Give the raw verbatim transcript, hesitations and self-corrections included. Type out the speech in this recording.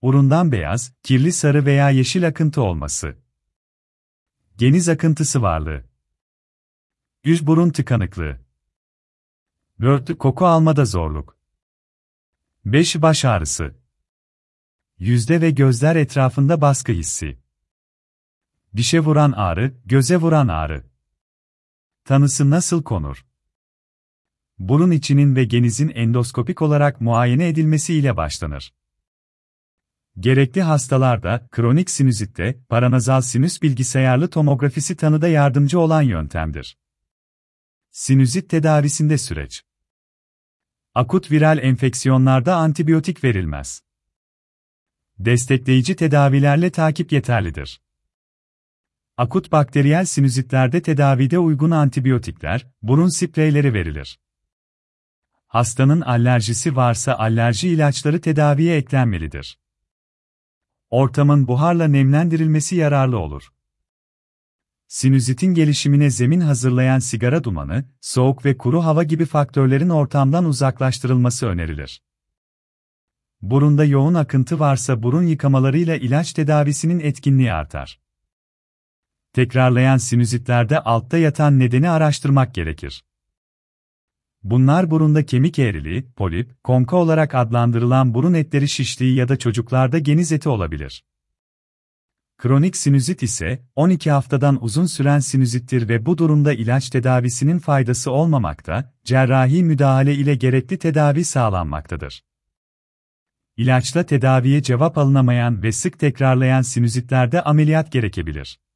Burundan beyaz, kirli sarı veya yeşil akıntı olması. Geniz akıntısı varlığı. Yüz burun tıkanıklığı. dört Koku almada zorluk. beş Baş ağrısı. Yüzde ve gözler etrafında baskı hissi. Dişe vuran ağrı, göze vuran ağrı. Tanısı nasıl konur? Burun içinin ve genizin endoskopik olarak muayene edilmesi ile başlanır. Gerekli hastalarda, kronik sinüzitte, paranazal sinüs bilgisayarlı tomografisi tanıda yardımcı olan yöntemdir. Sinüzit tedavisinde süreç. Akut viral enfeksiyonlarda antibiyotik verilmez. Destekleyici tedavilerle takip yeterlidir. Akut bakteriyel sinüzitlerde tedavide uygun antibiyotikler, burun spreyleri verilir. Hastanın alerjisi varsa alerji ilaçları tedaviye eklenmelidir. Ortamın buharla nemlendirilmesi yararlı olur. Sinüzitin gelişimine zemin hazırlayan sigara dumanı, soğuk ve kuru hava gibi faktörlerin ortamdan uzaklaştırılması önerilir. Burunda yoğun akıntı varsa burun yıkamalarıyla ilaç tedavisinin etkinliği artar. Tekrarlayan sinüzitlerde altta yatan nedeni araştırmak gerekir. Bunlar burunda kemik eğriliği, polip, konka olarak adlandırılan burun etleri şişliği ya da çocuklarda geniz eti olabilir. Kronik sinüzit ise, on iki haftadan uzun süren sinüzittir ve bu durumda ilaç tedavisinin faydası olmamakta, cerrahi müdahale ile gerekli tedavi sağlanmaktadır. İlaçla tedaviye cevap alınamayan ve sık tekrarlayan sinüzitlerde ameliyat gerekebilir.